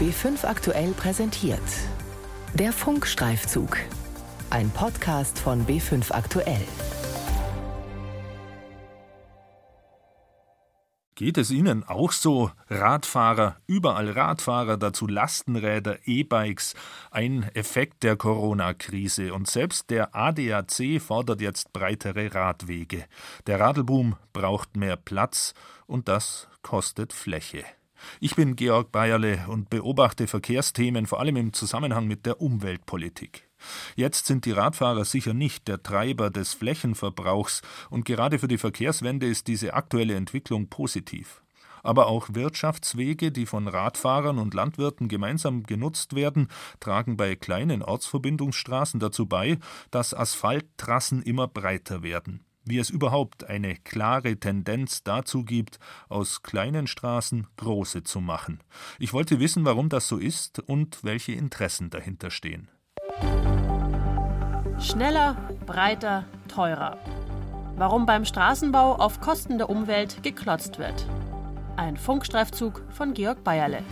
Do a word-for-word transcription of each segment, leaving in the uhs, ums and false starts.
B fünf aktuell präsentiert. Der Funkstreifzug. Ein Podcast von B fünf aktuell. Geht es Ihnen auch so? Radfahrer, überall Radfahrer, dazu Lastenräder, E-Bikes, ein Effekt der Corona-Krise. Und selbst der A D A C fordert jetzt breitere Radwege. Der Radelboom braucht mehr Platz und das kostet Fläche. Ich bin Georg Bayerle und beobachte Verkehrsthemen vor allem im Zusammenhang mit der Umweltpolitik. Jetzt sind die Radfahrer sicher nicht der Treiber des Flächenverbrauchs und gerade für die Verkehrswende ist diese aktuelle Entwicklung positiv. Aber auch Wirtschaftswege, die von Radfahrern und Landwirten gemeinsam genutzt werden, tragen bei kleinen Ortsverbindungsstraßen dazu bei, dass Asphalttrassen immer breiter werden. Wie es überhaupt eine klare Tendenz dazu gibt, aus kleinen Straßen große zu machen. Ich wollte wissen, warum das so ist und welche Interessen dahinter stehen. Schneller, breiter, teurer. Warum beim Straßenbau auf Kosten der Umwelt geklotzt wird. Ein Funkstreifzug von Georg Bayerle.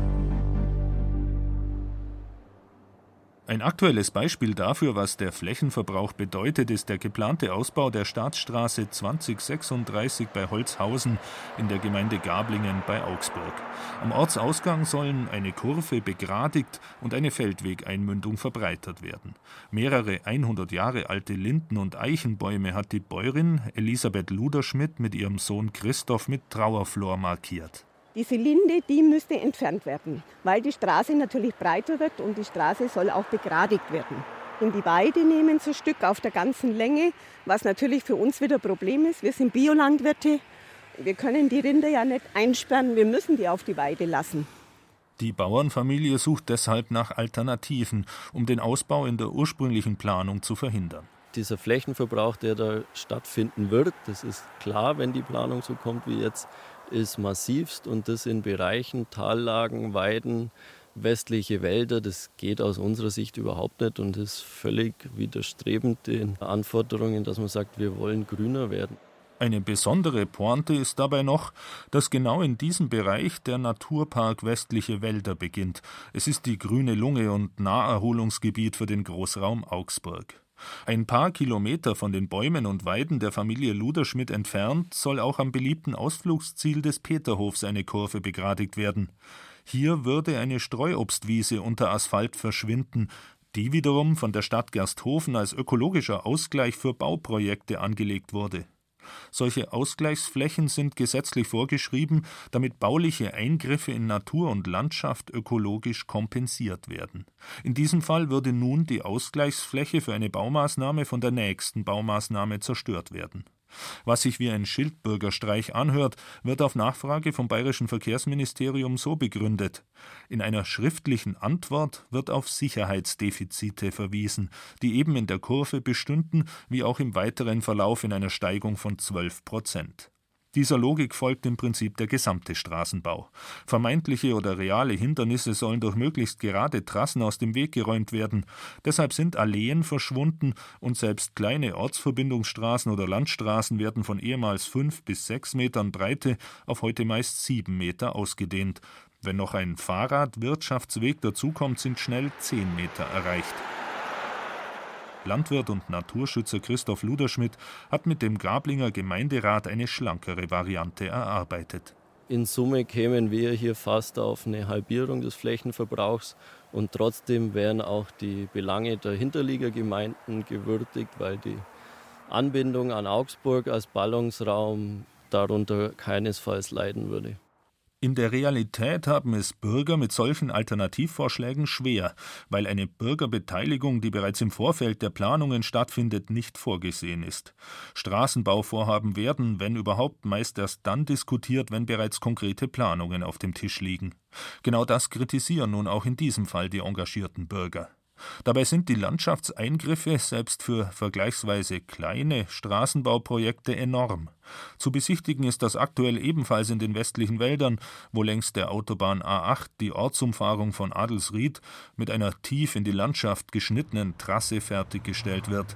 Ein aktuelles Beispiel dafür, was der Flächenverbrauch bedeutet, ist der geplante Ausbau der Staatsstraße zwanzig sechsunddreißig bei Holzhausen in der Gemeinde Gablingen bei Augsburg. Am Ortsausgang sollen eine Kurve begradigt und eine Feldwegeinmündung verbreitert werden. Mehrere hundert Jahre alte Linden- und Eichenbäume hat die Bäuerin Elisabeth Luderschmidt mit ihrem Sohn Christoph mit Trauerflor markiert. Diese Linde, die müsste entfernt werden, weil die Straße natürlich breiter wird und die Straße soll auch begradigt werden. Und die Weide nehmen so Stück auf der ganzen Länge, was natürlich für uns wieder ein Problem ist. Wir sind Biolandwirte, wir können die Rinder ja nicht einsperren, wir müssen die auf die Weide lassen. Die Bauernfamilie sucht deshalb nach Alternativen, um den Ausbau in der ursprünglichen Planung zu verhindern. Dieser Flächenverbrauch, der da stattfinden wird, das ist klar, wenn die Planung so kommt wie jetzt, ist massivst und das in Bereichen, Tallagen, Weiden, westliche Wälder, das geht aus unserer Sicht überhaupt nicht und ist völlig widerstrebend den Anforderungen, dass man sagt, wir wollen grüner werden. Eine besondere Pointe ist dabei noch, dass genau in diesem Bereich der Naturpark Westliche Wälder beginnt. Es ist die grüne Lunge und Naherholungsgebiet für den Großraum Augsburg. Ein paar Kilometer von den Bäumen und Weiden der Familie Luderschmidt entfernt soll auch am beliebten Ausflugsziel des Peterhofs eine Kurve begradigt werden. Hier würde eine Streuobstwiese unter Asphalt verschwinden, die wiederum von der Stadt Gersthofen als ökologischer Ausgleich für Bauprojekte angelegt wurde. Solche Ausgleichsflächen sind gesetzlich vorgeschrieben, damit bauliche Eingriffe in Natur und Landschaft ökologisch kompensiert werden. In diesem Fall würde nun die Ausgleichsfläche für eine Baumaßnahme von der nächsten Baumaßnahme zerstört werden. Was sich wie ein Schildbürgerstreich anhört, wird auf Nachfrage vom Bayerischen Verkehrsministerium so begründet. In einer schriftlichen Antwort wird auf Sicherheitsdefizite verwiesen, die eben in der Kurve bestünden, wie auch im weiteren Verlauf in einer Steigung von zwölf Prozent. Dieser Logik folgt im Prinzip der gesamte Straßenbau. Vermeintliche oder reale Hindernisse sollen durch möglichst gerade Trassen aus dem Weg geräumt werden. Deshalb sind Alleen verschwunden und selbst kleine Ortsverbindungsstraßen oder Landstraßen werden von ehemals fünf bis sechs Metern Breite auf heute meist sieben Meter ausgedehnt. Wenn noch ein Fahrradwirtschaftsweg dazukommt, sind schnell zehn Meter erreicht. Landwirt und Naturschützer Christoph Luderschmidt hat mit dem Gablinger Gemeinderat eine schlankere Variante erarbeitet. In Summe kämen wir hier fast auf eine Halbierung des Flächenverbrauchs und trotzdem wären auch die Belange der Hinterliegergemeinden gewürdigt, weil die Anbindung an Augsburg als Ballungsraum darunter keinesfalls leiden würde. In der Realität haben es Bürger mit solchen Alternativvorschlägen schwer, weil eine Bürgerbeteiligung, die bereits im Vorfeld der Planungen stattfindet, nicht vorgesehen ist. Straßenbauvorhaben werden, wenn überhaupt, meist erst dann diskutiert, wenn bereits konkrete Planungen auf dem Tisch liegen. Genau das kritisieren nun auch in diesem Fall die engagierten Bürger. Dabei sind die Landschaftseingriffe selbst für vergleichsweise kleine Straßenbauprojekte enorm. Zu besichtigen ist das aktuell ebenfalls in den westlichen Wäldern, wo längs der Autobahn A acht die Ortsumfahrung von Adelsried mit einer tief in die Landschaft geschnittenen Trasse fertiggestellt wird.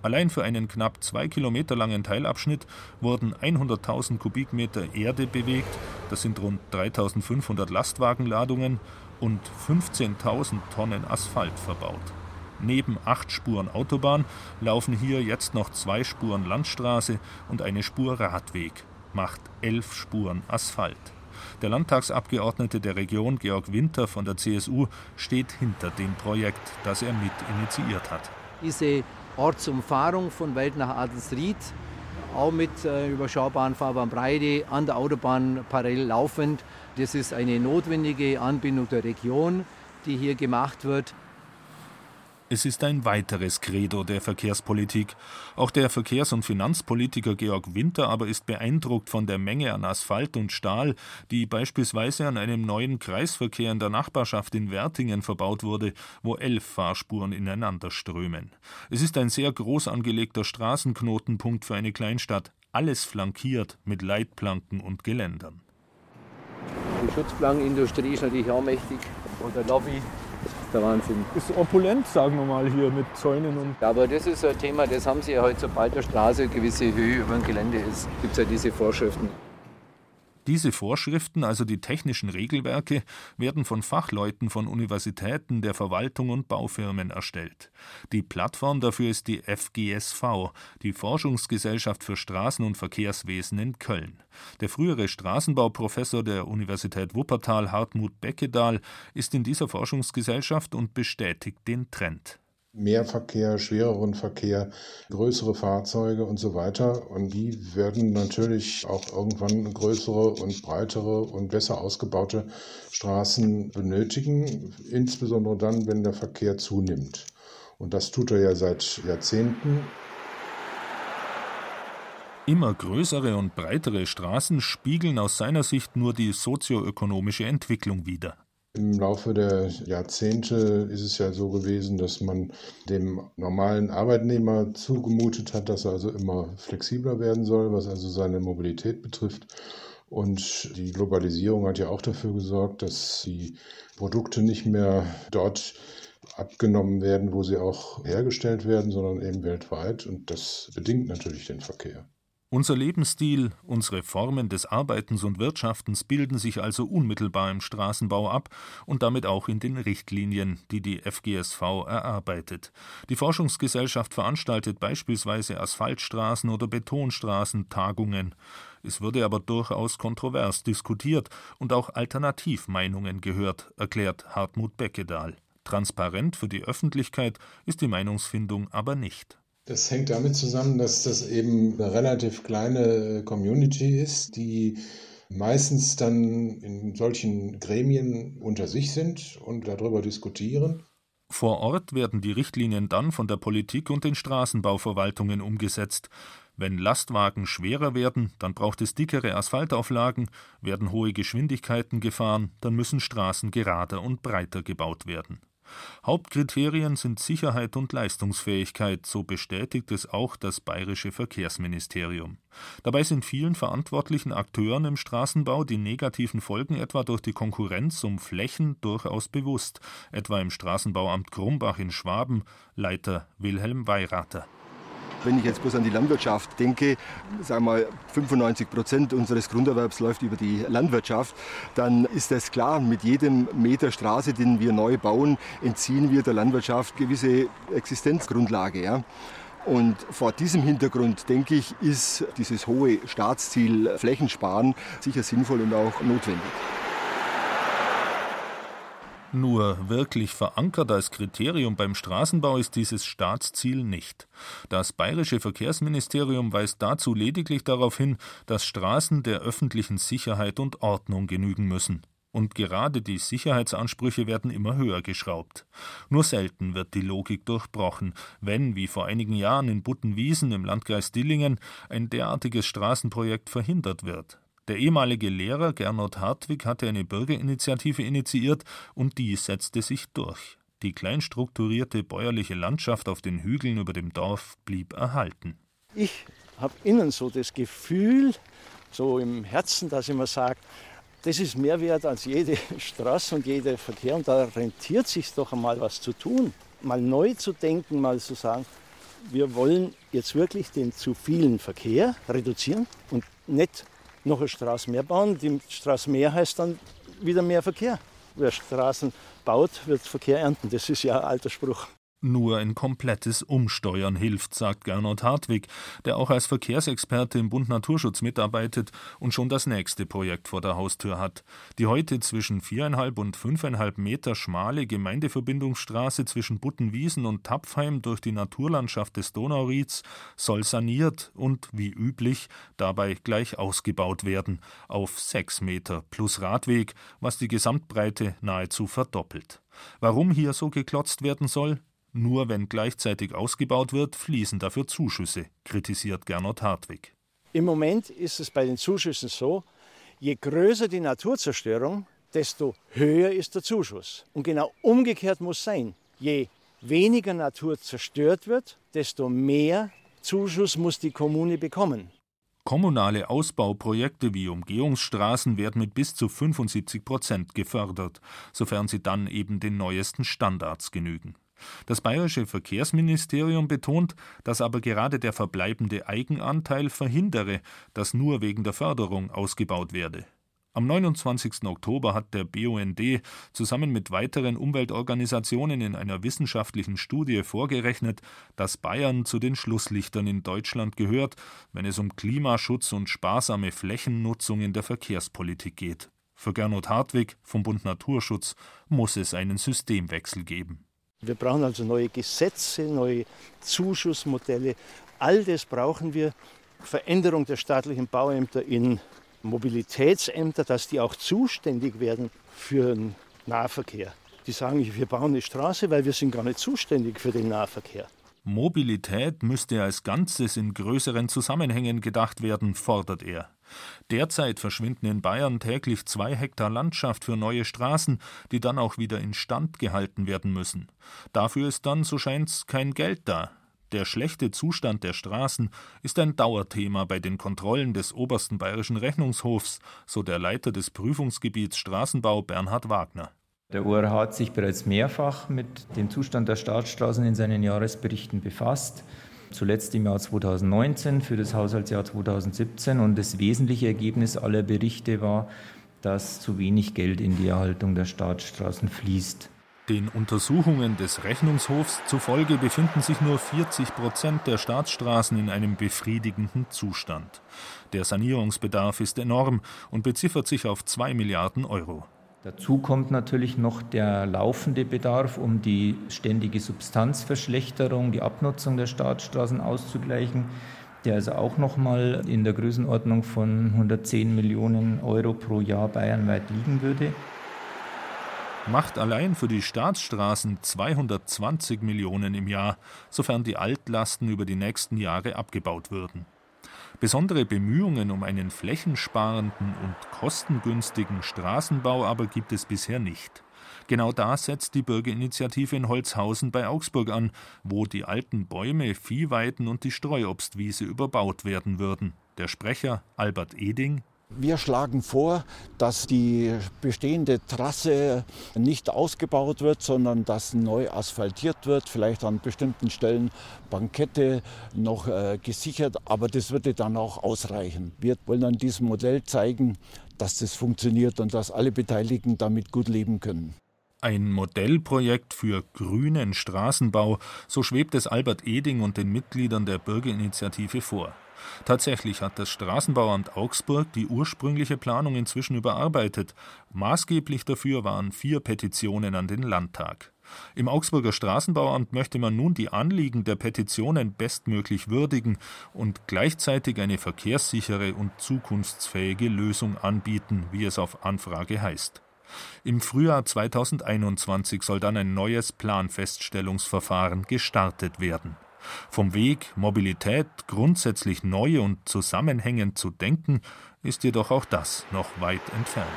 Allein für einen knapp zwei Kilometer langen Teilabschnitt wurden hunderttausend Kubikmeter Erde bewegt, das sind rund dreitausendfünfhundert Lastwagenladungen, und fünfzehntausend Tonnen Asphalt verbaut. Neben acht Spuren Autobahn laufen hier jetzt noch zwei Spuren Landstraße und eine Spur Radweg. Macht elf Spuren Asphalt. Der Landtagsabgeordnete der Region, Georg Winter von der C S U, steht hinter dem Projekt, das er mit initiiert hat. Diese Ortsumfahrung von Welt nach Adelsried, auch mit äh, überschaubaren Fahrbahnbreite, an der Autobahn parallel laufend. Das ist eine notwendige Anbindung der Region, die hier gemacht wird. Es ist ein weiteres Credo der Verkehrspolitik. Auch der Verkehrs- und Finanzpolitiker Georg Winter aber ist beeindruckt von der Menge an Asphalt und Stahl, die beispielsweise an einem neuen Kreisverkehr in der Nachbarschaft in Wertingen verbaut wurde, wo elf Fahrspuren ineinander strömen. Es ist ein sehr groß angelegter Straßenknotenpunkt für eine Kleinstadt, alles flankiert mit Leitplanken und Geländern. Die Schutzplankenindustrie ist natürlich auch mächtig, und der Lobby. Der Wahnsinn. Ist opulent, sagen wir mal, hier mit Zäunen und... Aber das ist ein Thema, das haben Sie ja heute, sobald der Straße eine gewisse Höhe über dem Gelände ist, gibt es ja diese Vorschriften. Diese Vorschriften, also die technischen Regelwerke, werden von Fachleuten von Universitäten, der Verwaltung und Baufirmen erstellt. Die Plattform dafür ist die F G S V, die Forschungsgesellschaft für Straßen- und Verkehrswesen in Köln. Der frühere Straßenbauprofessor der Universität Wuppertal, Hartmut Beckedahl, ist in dieser Forschungsgesellschaft und bestätigt den Trend. Mehr Verkehr, schwereren Verkehr, größere Fahrzeuge und so weiter. Und die werden natürlich auch irgendwann größere und breitere und besser ausgebaute Straßen benötigen, insbesondere dann, wenn der Verkehr zunimmt. Und das tut er ja seit Jahrzehnten. Immer größere und breitere Straßen spiegeln aus seiner Sicht nur die sozioökonomische Entwicklung wider. Im Laufe der Jahrzehnte ist es ja so gewesen, dass man dem normalen Arbeitnehmer zugemutet hat, dass er also immer flexibler werden soll, was also seine Mobilität betrifft. Und die Globalisierung hat ja auch dafür gesorgt, dass die Produkte nicht mehr dort abgenommen werden, wo sie auch hergestellt werden, sondern eben weltweit. Und das bedingt natürlich den Verkehr. Unser Lebensstil, unsere Formen des Arbeitens und Wirtschaftens bilden sich also unmittelbar im Straßenbau ab und damit auch in den Richtlinien, die die F G S V erarbeitet. Die Forschungsgesellschaft veranstaltet beispielsweise Asphaltstraßen- oder Betonstraßentagungen. Es wurde aber durchaus kontrovers diskutiert und auch Alternativmeinungen gehört, erklärt Hartmut Beckedahl. Transparent für die Öffentlichkeit ist die Meinungsfindung aber nicht. Das hängt damit zusammen, dass das eben eine relativ kleine Community ist, die meistens dann in solchen Gremien unter sich sind und darüber diskutieren. Vor Ort werden die Richtlinien dann von der Politik und den Straßenbauverwaltungen umgesetzt. Wenn Lastwagen schwerer werden, dann braucht es dickere Asphaltauflagen, werden hohe Geschwindigkeiten gefahren, dann müssen Straßen gerader und breiter gebaut werden. Hauptkriterien sind Sicherheit und Leistungsfähigkeit, so bestätigt es auch das bayerische Verkehrsministerium. Dabei sind vielen verantwortlichen Akteuren im Straßenbau die negativen Folgen etwa durch die Konkurrenz um Flächen durchaus bewusst, etwa im Straßenbauamt Grumbach in Schwaben, Leiter Wilhelm Weirater. Wenn ich jetzt bloß an die Landwirtschaft denke, sagen wir mal fünfundneunzig Prozent unseres Grunderwerbs läuft über die Landwirtschaft, dann ist das klar, mit jedem Meter Straße, den wir neu bauen, entziehen wir der Landwirtschaft gewisse Existenzgrundlage. Ja? Und vor diesem Hintergrund, denke ich, ist dieses hohe Staatsziel Flächensparen sicher sinnvoll und auch notwendig. Nur wirklich verankert als Kriterium beim Straßenbau ist dieses Staatsziel nicht. Das bayerische Verkehrsministerium weist dazu lediglich darauf hin, dass Straßen der öffentlichen Sicherheit und Ordnung genügen müssen. Und gerade die Sicherheitsansprüche werden immer höher geschraubt. Nur selten wird die Logik durchbrochen, wenn, wie vor einigen Jahren in Buttenwiesen im Landkreis Dillingen, ein derartiges Straßenprojekt verhindert wird. Der ehemalige Lehrer Gernot Hartwig hatte eine Bürgerinitiative initiiert und die setzte sich durch. Die kleinstrukturierte bäuerliche Landschaft auf den Hügeln über dem Dorf blieb erhalten. Ich habe innen so das Gefühl, so im Herzen, dass ich mir sage, das ist mehr wert als jede Straße und jeder Verkehr. Und da rentiert sich doch einmal was zu tun, mal neu zu denken, mal zu sagen, Wir wollen jetzt wirklich den zu vielen Verkehr reduzieren und nicht noch eine Straße mehr bauen. Die Straße mehr heißt dann wieder mehr Verkehr. Wer Straßen baut, wird Verkehr ernten. Das ist ja ein alter Spruch. Nur ein komplettes Umsteuern hilft, sagt Gernot Hartwig, der auch als Verkehrsexperte im Bund Naturschutz mitarbeitet und schon das nächste Projekt vor der Haustür hat. Die heute zwischen viereinhalb und fünfeinhalb Meter schmale Gemeindeverbindungsstraße zwischen Buttenwiesen und Tapfheim durch die Naturlandschaft des Donaurieds soll saniert und, wie üblich, dabei gleich ausgebaut werden, auf sechs Meter plus Radweg, was die Gesamtbreite nahezu verdoppelt. Warum hier so geklotzt werden soll? Nur wenn gleichzeitig ausgebaut wird, fließen dafür Zuschüsse, kritisiert Gernot Hartwig. Im Moment ist es bei den Zuschüssen so, je größer die Naturzerstörung, desto höher ist der Zuschuss. Und genau umgekehrt muss sein. Je weniger Natur zerstört wird, desto mehr Zuschuss muss die Kommune bekommen. Kommunale Ausbauprojekte wie Umgehungsstraßen werden mit bis zu fünfundsiebzig Prozent gefördert, sofern sie dann eben den neuesten Standards genügen. Das bayerische Verkehrsministerium betont, dass aber gerade der verbleibende Eigenanteil verhindere, dass nur wegen der Förderung ausgebaut werde. Am neunundzwanzigsten Oktober hat der B U N D zusammen mit weiteren Umweltorganisationen in einer wissenschaftlichen Studie vorgerechnet, dass Bayern zu den Schlusslichtern in Deutschland gehört, wenn es um Klimaschutz und sparsame Flächennutzung in der Verkehrspolitik geht. Für Gernot Hartwig vom Bund Naturschutz muss es einen Systemwechsel geben. Wir brauchen also neue Gesetze, neue Zuschussmodelle. All das brauchen wir. Veränderung der staatlichen Bauämter in Mobilitätsämter, dass die auch zuständig werden für den Nahverkehr. Die sagen, wir bauen eine Straße, weil wir sind gar nicht zuständig für den Nahverkehr. Mobilität müsste als Ganzes in größeren Zusammenhängen gedacht werden, fordert er. Derzeit verschwinden in Bayern täglich zwei Hektar Landschaft für neue Straßen, die dann auch wieder instand gehalten werden müssen. Dafür ist dann, so scheint's, kein Geld da. Der schlechte Zustand der Straßen ist ein Dauerthema bei den Kontrollen des obersten bayerischen Rechnungshofs, so der Leiter des Prüfungsgebiets Straßenbau Bernhard Wagner. Der O R H hat sich bereits mehrfach mit dem Zustand der Staatsstraßen in seinen Jahresberichten befasst. Zuletzt im Jahr zweitausendneunzehn für das Haushaltsjahr zweitausendsiebzehn. Und das wesentliche Ergebnis aller Berichte war, dass zu wenig Geld in die Erhaltung der Staatsstraßen fließt. Den Untersuchungen des Rechnungshofs zufolge befinden sich nur vierzig Prozent der Staatsstraßen in einem befriedigenden Zustand. Der Sanierungsbedarf ist enorm und beziffert sich auf zwei Milliarden Euro. Dazu kommt natürlich noch der laufende Bedarf, um die ständige Substanzverschlechterung, die Abnutzung der Staatsstraßen auszugleichen, der also auch noch mal in der Größenordnung von hundertzehn Millionen Euro pro Jahr bayernweit liegen würde. Macht allein für die Staatsstraßen zweihundertzwanzig Millionen im Jahr, sofern die Altlasten über die nächsten Jahre abgebaut würden. Besondere Bemühungen um einen flächensparenden und kostengünstigen Straßenbau aber gibt es bisher nicht. Genau da setzt die Bürgerinitiative in Holzhausen bei Augsburg an, wo die alten Bäume, Viehweiden und die Streuobstwiese überbaut werden würden. Der Sprecher Albert Eding: Wir schlagen vor, dass die bestehende Trasse nicht ausgebaut wird, sondern dass neu asphaltiert wird, vielleicht an bestimmten Stellen Bankette noch äh, gesichert, aber das würde dann auch ausreichen. Wir wollen an diesem Modell zeigen, dass das funktioniert und dass alle Beteiligten damit gut leben können. Ein Modellprojekt für grünen Straßenbau, so schwebt es Albert Eding und den Mitgliedern der Bürgerinitiative vor. Tatsächlich hat das Straßenbauamt Augsburg die ursprüngliche Planung inzwischen überarbeitet. Maßgeblich dafür waren vier Petitionen an den Landtag. Im Augsburger Straßenbauamt möchte man nun die Anliegen der Petitionen bestmöglich würdigen und gleichzeitig eine verkehrssichere und zukunftsfähige Lösung anbieten, wie es auf Anfrage heißt. Im Frühjahr zweitausendeinundzwanzig soll dann ein neues Planfeststellungsverfahren gestartet werden. Vom Weg, Mobilität grundsätzlich neu und zusammenhängend zu denken, ist jedoch auch das noch weit entfernt.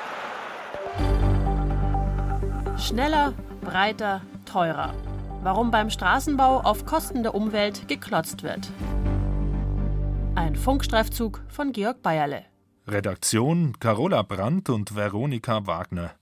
Schneller, breiter, teurer. Warum beim Straßenbau auf Kosten der Umwelt geklotzt wird. Ein Funkstreifzug von Georg Bayerle. Redaktion Carola Brandt und Veronika Wagner.